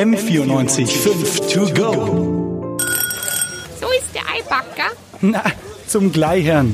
M94.5 to go. So ist der Eibacker. Na, zum Gleichern.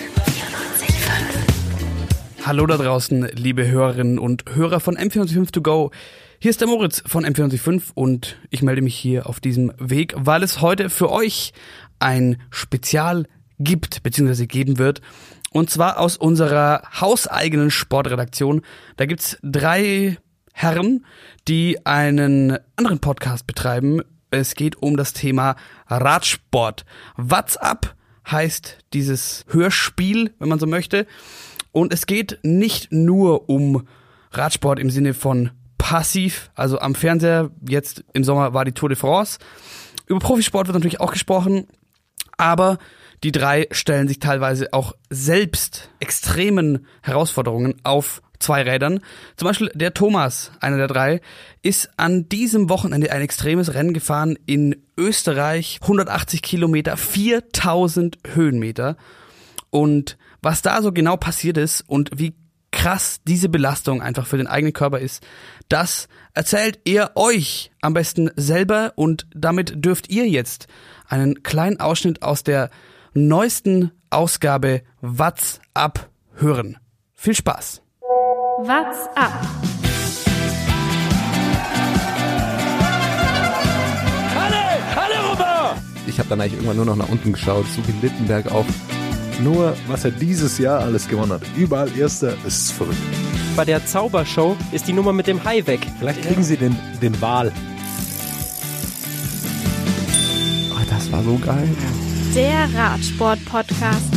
Hallo da draußen, liebe Hörerinnen und Hörer von M94.5 to go. Hier ist der Moritz von M94.5 und ich melde mich hier auf diesem Weg, weil es heute für euch ein Spezial gibt, bzw. geben wird. Und zwar aus unserer hauseigenen Sportredaktion. Da gibt's 3 Herren, die einen anderen Podcast betreiben. Es geht um das Thema Radsport. What's up heißt dieses Hörspiel, wenn man so möchte. Und es geht nicht nur um Radsport im Sinne von passiv, also am Fernseher, jetzt im Sommer war die Tour de France. Über Profisport wird natürlich auch gesprochen, aber die 3 stellen sich teilweise auch selbst extremen Herausforderungen auf 2 Rädern. Zum Beispiel der Thomas, einer der 3, ist an diesem Wochenende ein extremes Rennen gefahren in Österreich, 180 Kilometer, 4000 Höhenmeter. Und was da so genau passiert ist und wie krass diese Belastung einfach für den eigenen Körper ist, das erzählt er euch am besten selber und damit dürft ihr jetzt einen kleinen Ausschnitt aus der neuesten Ausgabe What's up hören. Viel Spaß! What's up? Halle, Robert! Ich habe dann eigentlich irgendwann nur noch nach unten geschaut, so gelitten bergauf. Nur, was er dieses Jahr alles gewonnen hat. Überall Erster, das ist verrückt. Bei der Zaubershow ist die Nummer mit dem Hai weg. Vielleicht kriegen sie den Wal. Oh, das war so geil. Der Radsport-Podcast.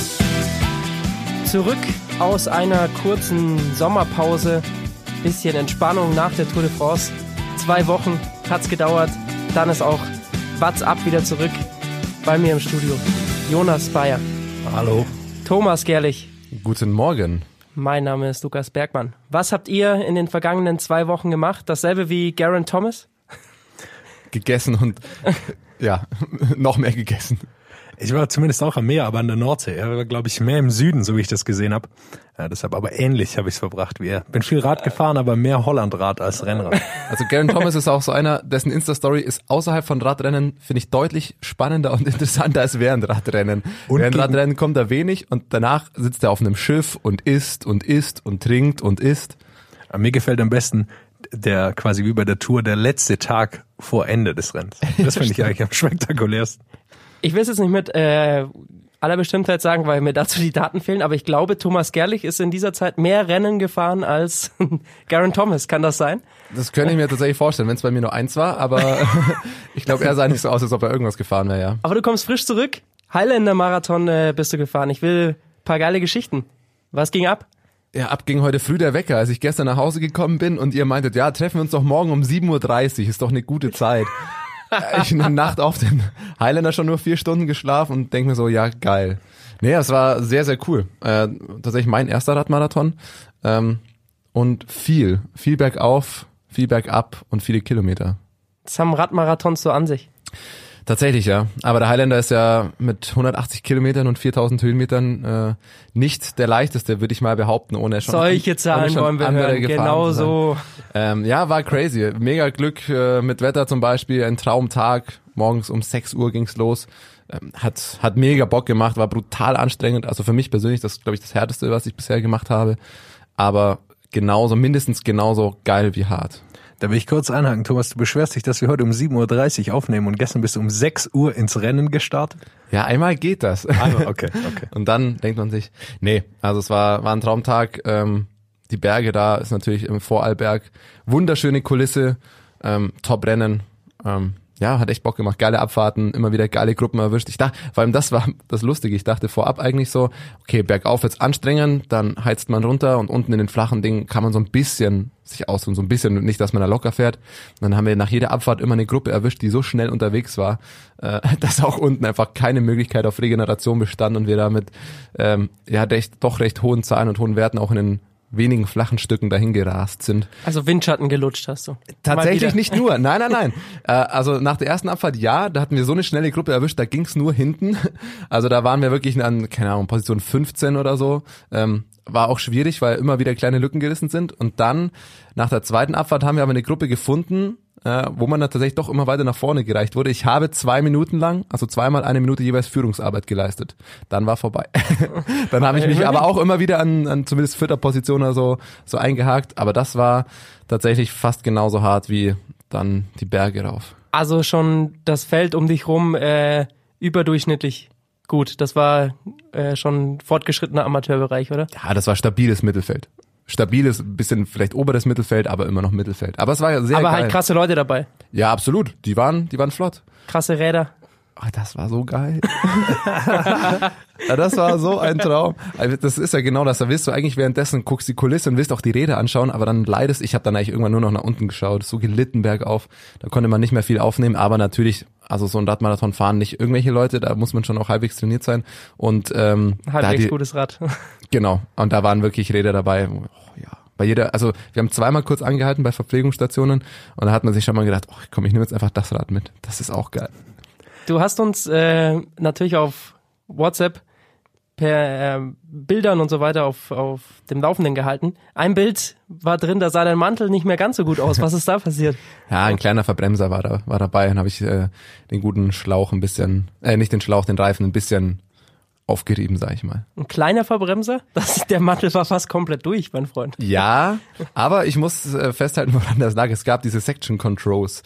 Zurück aus einer kurzen Sommerpause. Bisschen Entspannung nach der Tour de France. 2 Wochen hat's gedauert. Dann ist auch What's up wieder zurück bei mir im Studio. Jonas Bayer. Hallo. Thomas Gerlich. Guten Morgen. Mein Name ist Lukas Bergmann. Was habt ihr in den vergangenen 2 Wochen gemacht? Dasselbe wie Geraint Thomas? Gegessen und ja, noch mehr gegessen. Ich war zumindest auch am Meer, aber an der Nordsee. Er war, glaube ich, mehr im Süden, so wie ich das gesehen habe. Ja, deshalb aber ähnlich habe ich es verbracht wie er. Bin viel Rad gefahren, aber mehr Hollandrad als Rennrad. Also Geraint Thomas ist auch so einer, dessen Insta-Story ist außerhalb von Radrennen, finde ich, deutlich spannender und interessanter als während Radrennen. Und während Radrennen kommt er wenig und danach sitzt er auf einem Schiff und isst und isst und trinkt und isst. Aber mir gefällt am besten der quasi wie bei der Tour der letzte Tag vor Ende des Rennens. Das finde ich eigentlich am spektakulärsten. Ich will es jetzt nicht mit aller Bestimmtheit sagen, weil mir dazu die Daten fehlen, aber ich glaube, Thomas Gerlich ist in dieser Zeit mehr Rennen gefahren als Geraint Thomas. Kann das sein? Das könnte ich mir tatsächlich vorstellen, wenn es bei mir nur 1 war, aber ich glaube, er sah nicht so aus, als ob er irgendwas gefahren wäre, ja. Aber du kommst frisch zurück. Highländer-Marathon bist du gefahren. Ich will ein paar geile Geschichten. Was ging ab? Ja, ab ging heute früh der Wecker, als ich gestern nach Hause gekommen bin und ihr meintet, ja, treffen wir uns doch morgen um 7.30 Uhr, ist doch eine gute Zeit. Ich in der Nacht auf den Highlander schon nur 4 Stunden geschlafen und denke mir so, ja, geil. Nee, es war sehr, sehr cool. Tatsächlich mein erster Radmarathon. Und viel bergauf, viel bergab und viele Kilometer. Das haben Radmarathons so an sich. Tatsächlich, ja. Aber der Highlander ist ja mit 180 Kilometern und 4000 Höhenmetern nicht der leichteste, würde ich mal behaupten, ohne schon solche Zahlen wollen wir hören, genau so. Ja, war crazy. Mega Glück mit Wetter zum Beispiel, ein Traumtag. Morgens um 6 Uhr ging's los. Hat mega Bock gemacht, war brutal anstrengend. Also für mich persönlich, das glaube ich das Härteste, was ich bisher gemacht habe. Aber mindestens genauso geil wie hart. Da will ich kurz einhaken. Thomas, du beschwerst dich, dass wir heute um 7.30 Uhr aufnehmen und gestern bist du um 6 Uhr ins Rennen gestartet? Ja, einmal geht das. Einmal, okay. Und dann denkt man sich, nee, also es war ein Traumtag. Die Berge da ist natürlich im Vorarlberg. Wunderschöne Kulisse, Top-Rennen. Ja, hat echt Bock gemacht. Geile Abfahrten, immer wieder geile Gruppen erwischt. Ich dachte, vor allem das war das Lustige. Ich dachte vorab eigentlich so, okay, bergauf wird's anstrengend, dann heizt man runter und unten in den flachen Dingen kann man so ein bisschen sich ausruhen, so ein bisschen, nicht, dass man da locker fährt. Und dann haben wir nach jeder Abfahrt immer eine Gruppe erwischt, die so schnell unterwegs war, dass auch unten einfach keine Möglichkeit auf Regeneration bestand und wir da mit recht hohen Zahlen und hohen Werten auch in den wenigen flachen Stücken dahin gerast sind. Also Windschatten gelutscht hast du? Tatsächlich nicht nur. Nein. Also nach der ersten Abfahrt, ja, da hatten wir so eine schnelle Gruppe erwischt, da ging's nur hinten. Also da waren wir wirklich an, keine Ahnung, Position 15 oder so. War auch schwierig, weil immer wieder kleine Lücken gerissen sind. Und dann, nach der zweiten Abfahrt, haben wir aber eine Gruppe gefunden, wo man dann tatsächlich doch immer weiter nach vorne gereicht wurde. Ich habe 2 Minuten lang, also zweimal 1 Minute jeweils Führungsarbeit geleistet. Dann war vorbei. Dann habe ich mich aber auch immer wieder an zumindest 4. Position oder so eingehakt. Aber das war tatsächlich fast genauso hart wie dann die Berge rauf. Also schon das Feld um dich rum überdurchschnittlich gut. Das war schon fortgeschrittener Amateurbereich, oder? Ja, das war stabiles Mittelfeld. Stabiles, bisschen vielleicht oberes Mittelfeld, aber immer noch Mittelfeld. Aber es war sehr geil. Aber halt krasse Leute dabei. Ja, absolut. Die waren flott. Krasse Räder. Oh, das war so geil. Ja, das war so ein Traum. Also das ist ja genau das. Da willst du eigentlich währenddessen, guckst die Kulisse und willst auch die Räder anschauen, aber dann leidest. Ich habe dann eigentlich irgendwann nur noch nach unten geschaut, so gelitten bergauf. Da konnte man nicht mehr viel aufnehmen, aber natürlich, also so ein Radmarathon fahren nicht irgendwelche Leute, da muss man schon auch halbwegs trainiert sein. Und halbwegs gutes Rad. Genau. Und da waren wirklich Räder dabei. Oh, ja. Bei jeder, also wir haben zweimal kurz angehalten bei Verpflegungsstationen und da hat man sich schon mal gedacht, oh komm, ich nehme jetzt einfach das Rad mit. Das ist auch geil. Du hast uns natürlich auf WhatsApp per Bildern und so weiter auf dem Laufenden gehalten. Ein Bild war drin, da sah dein Mantel nicht mehr ganz so gut aus. Was ist da passiert? Ja, ein kleiner Verbremser war dabei. Dann habe ich den guten Schlauch ein bisschen, nicht den Schlauch, den Reifen ein bisschen aufgerieben, sag ich mal. Ein kleiner Verbremser? Der Mantel war fast komplett durch, mein Freund. Ja, aber ich muss festhalten, woran das lag. Es gab diese Section Controls.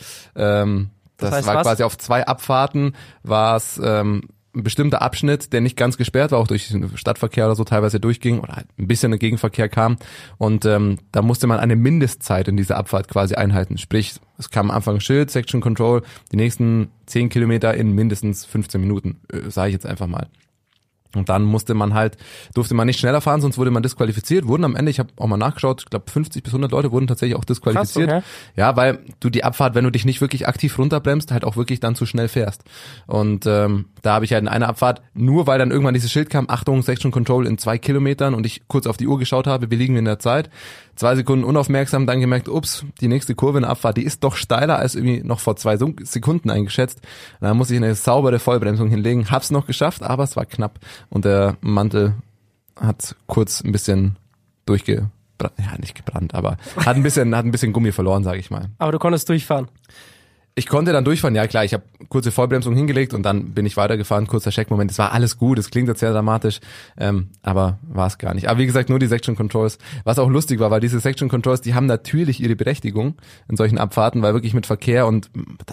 Das heißt, war was? Quasi auf 2 Abfahrten war es ein bestimmter Abschnitt, der nicht ganz gesperrt war, auch durch den Stadtverkehr oder so teilweise durchging oder halt ein bisschen ein Gegenverkehr kam. Und da musste man eine Mindestzeit in dieser Abfahrt quasi einhalten. Sprich, es kam am Anfang ein Schild, Section Control, die nächsten 10 Kilometer in mindestens 15 Minuten, sage ich jetzt einfach mal. Und dann durfte man nicht schneller fahren, sonst wurde man disqualifiziert. Wurden am Ende, ich habe auch mal nachgeschaut, ich glaube 50 bis 100 Leute wurden tatsächlich auch disqualifiziert. Krass, okay. Ja, weil du die Abfahrt, wenn du dich nicht wirklich aktiv runterbremst, halt auch wirklich dann zu schnell fährst. Und da habe ich halt in einer Abfahrt, nur weil dann irgendwann dieses Schild kam, Achtung, Section Control in 2 Kilometern und ich kurz auf die Uhr geschaut habe, wie liegen wir in der Zeit, 2 Sekunden unaufmerksam, dann gemerkt, ups, die nächste Kurve in der Abfahrt, die ist doch steiler als irgendwie noch vor 2 Sekunden eingeschätzt. Und dann muss ich eine saubere Vollbremsung hinlegen, hab's noch geschafft, aber es war knapp. Und der Mantel hat kurz ein bisschen durchgebrannt, ja nicht gebrannt, aber hat ein bisschen Gummi verloren, sage ich mal. Aber du konntest durchfahren? Ich konnte dann durchfahren, ja klar, ich habe kurze Vollbremsung hingelegt und dann bin ich weitergefahren, kurzer Checkmoment, es war alles gut, es klingt jetzt sehr dramatisch, aber war es gar nicht. Aber wie gesagt, nur die Section Controls, was auch lustig war, weil diese Section Controls, die haben natürlich ihre Berechtigung in solchen Abfahrten, weil wirklich mit Verkehr und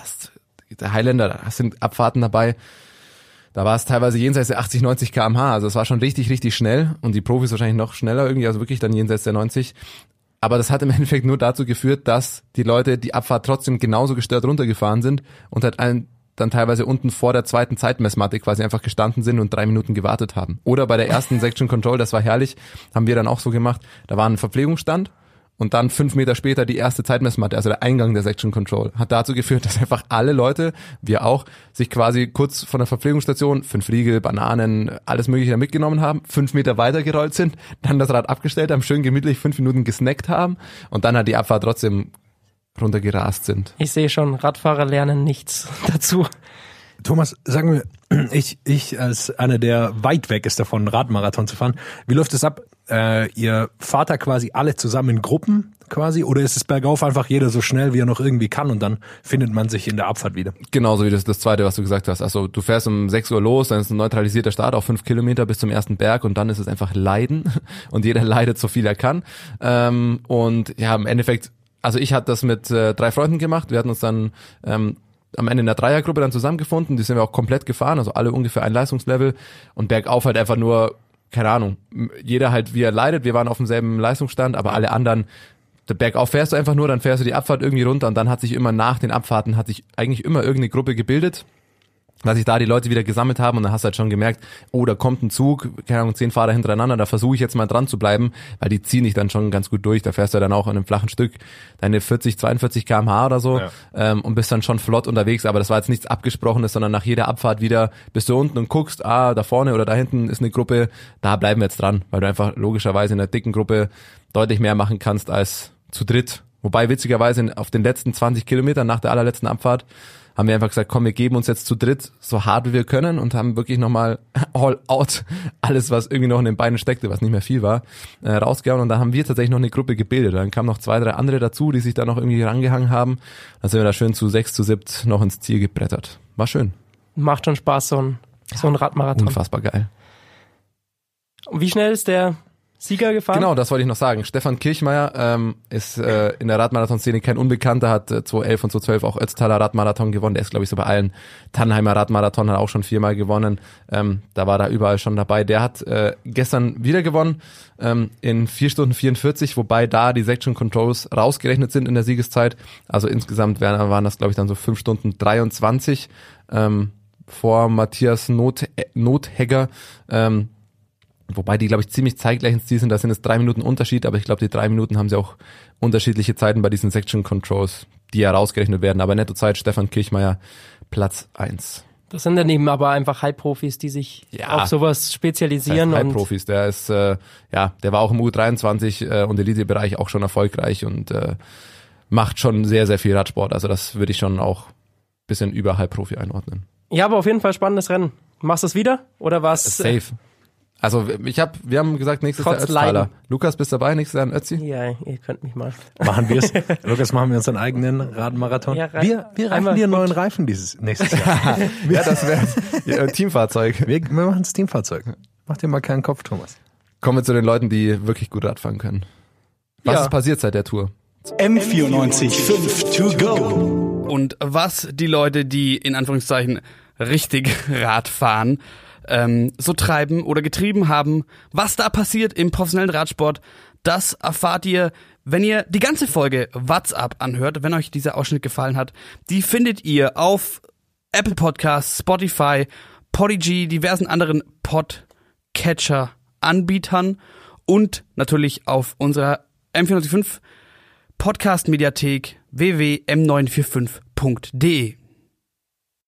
der Highlander, da sind Abfahrten dabei, da war es teilweise jenseits der 80, 90 km/h, also es war schon richtig, richtig schnell und die Profis wahrscheinlich noch schneller irgendwie, also wirklich dann jenseits der 90. Aber das hat im Endeffekt nur dazu geführt, dass die Leute die Abfahrt trotzdem genauso gestört runtergefahren sind und halt dann teilweise unten vor der zweiten Zeitmessmatte quasi einfach gestanden sind und 3 Minuten gewartet haben. Oder bei der ersten Section Control, das war herrlich, haben wir dann auch so gemacht, da war ein Verpflegungsstand und dann 5 Meter später die erste Zeitmessmatte, also der Eingang der Section Control, hat dazu geführt, dass einfach alle Leute, wir auch, sich quasi kurz von der Verpflegungsstation 5 Riegel, Bananen, alles mögliche mitgenommen haben, 5 Meter weitergerollt sind, dann das Rad abgestellt haben, schön gemütlich 5 Minuten gesnackt haben und dann hat die Abfahrt trotzdem runtergerast sind. Ich sehe schon, Radfahrer lernen nichts dazu. Thomas, sagen wir, ich als einer, der weit weg ist davon, einen Radmarathon zu fahren, wie läuft es ab? Ihr fahrt da quasi alle zusammen in Gruppen quasi oder ist es bergauf einfach jeder so schnell, wie er noch irgendwie kann und dann findet man sich in der Abfahrt wieder? Genauso wie das Zweite, was du gesagt hast. Also du fährst um 6 Uhr los, dann ist ein neutralisierter Start auf 5 Kilometer bis zum ersten Berg und dann ist es einfach Leiden und jeder leidet so viel er kann. Und ja, im Endeffekt, also ich hatte das mit 3 Freunden gemacht, wir hatten uns dann am Ende in der Dreiergruppe dann zusammengefunden, die sind wir auch komplett gefahren, also alle ungefähr ein Leistungslevel und bergauf halt einfach nur, keine Ahnung, jeder halt wie er leidet, wir waren auf demselben Leistungsstand, aber alle anderen, bergauf fährst du einfach nur, dann fährst du die Abfahrt irgendwie runter und dann hat sich immer nach den Abfahrten, eigentlich immer irgendeine Gruppe gebildet, dass sich da die Leute wieder gesammelt haben und dann hast du halt schon gemerkt, oh, da kommt ein Zug, keine Ahnung, 10 Fahrer hintereinander, da versuche ich jetzt mal dran zu bleiben, weil die ziehen dich dann schon ganz gut durch, da fährst du dann auch an einem flachen Stück deine 40, 42 km/h oder so und bist dann schon flott unterwegs, aber das war jetzt nichts Abgesprochenes, sondern nach jeder Abfahrt wieder bist du unten und guckst, da vorne oder da hinten ist eine Gruppe, da bleiben wir jetzt dran, weil du einfach logischerweise in der dicken Gruppe deutlich mehr machen kannst als zu dritt, wobei witzigerweise auf den letzten 20 Kilometern nach der allerletzten Abfahrt haben wir einfach gesagt, komm, wir geben uns jetzt zu dritt so hart wie wir können und haben wirklich nochmal all out alles, was irgendwie noch in den Beinen steckte, was nicht mehr viel war, rausgehauen. Und da haben wir tatsächlich noch eine Gruppe gebildet. Dann kamen noch 2, 3 andere dazu, die sich da noch irgendwie rangehangen haben. Dann sind wir da schön zu 6, zu 7 noch ins Ziel gebrettert. War schön. Macht schon Spaß, so ein Radmarathon. Unfassbar geil. Und wie schnell ist der Sieger gefahren? Genau, das wollte ich noch sagen. Stefan Kirchmeier ist in der Radmarathon-Szene kein Unbekannter, hat 2011 und 2012 auch Ötztaler Radmarathon gewonnen. Der ist, glaube ich, so bei allen. Tannheimer Radmarathon hat auch schon 4-mal gewonnen. Da war er überall schon dabei. Der hat gestern wieder gewonnen in 4 Stunden 44, wobei da die Section Controls rausgerechnet sind in der Siegeszeit. Also insgesamt waren das, glaube ich, dann so 5 Stunden 23 vor Matthias Nothegger. Wobei die, glaube ich, ziemlich zeitgleich ins Ziel sind. Da sind es 3 Minuten Unterschied, aber ich glaube, die 3 Minuten haben sie auch unterschiedliche Zeiten bei diesen Section Controls, die ja rausgerechnet werden. Aber Nettozeit Stefan Kirchmeier Platz 1. Das sind dann eben aber einfach Heilprofis, die sich auf sowas spezialisieren. Das heißt Heilprofis, der ist, der war auch im U23 und Elite-Bereich auch schon erfolgreich und macht schon sehr, sehr viel Radsport. Also das würde ich schon auch ein bisschen über Heilprofi einordnen. Ja, aber auf jeden Fall spannendes Rennen. Machst du es wieder? Oder was? Safe. Also wir haben gesagt, nächstes Jahr Ötztaler. Lukas, bist du dabei? Nächstes Jahr in Ötzi? Ja, ihr könnt mich mal. Machen wir es. Lukas, machen wir uns einen eigenen Radmarathon. Ja, wir reifen dir einen neuen Reifen nächstes Jahr. Ja, das wäre Teamfahrzeug. Wir machen das Teamfahrzeug. Mach dir mal keinen Kopf, Thomas. Kommen wir zu den Leuten, die wirklich gut Radfahren können. Was ist passiert seit der Tour? M94.5 to go. Und was die Leute, die in Anführungszeichen richtig Rad fahren, so treiben oder getrieben haben, was da passiert im professionellen Radsport, das erfahrt ihr, wenn ihr die ganze Folge What's Up anhört, wenn euch dieser Ausschnitt gefallen hat. Die findet ihr auf Apple Podcasts, Spotify, Podigy, diversen anderen Podcatcher-Anbietern und natürlich auf unserer M495 Podcast-Mediathek www.m945.de.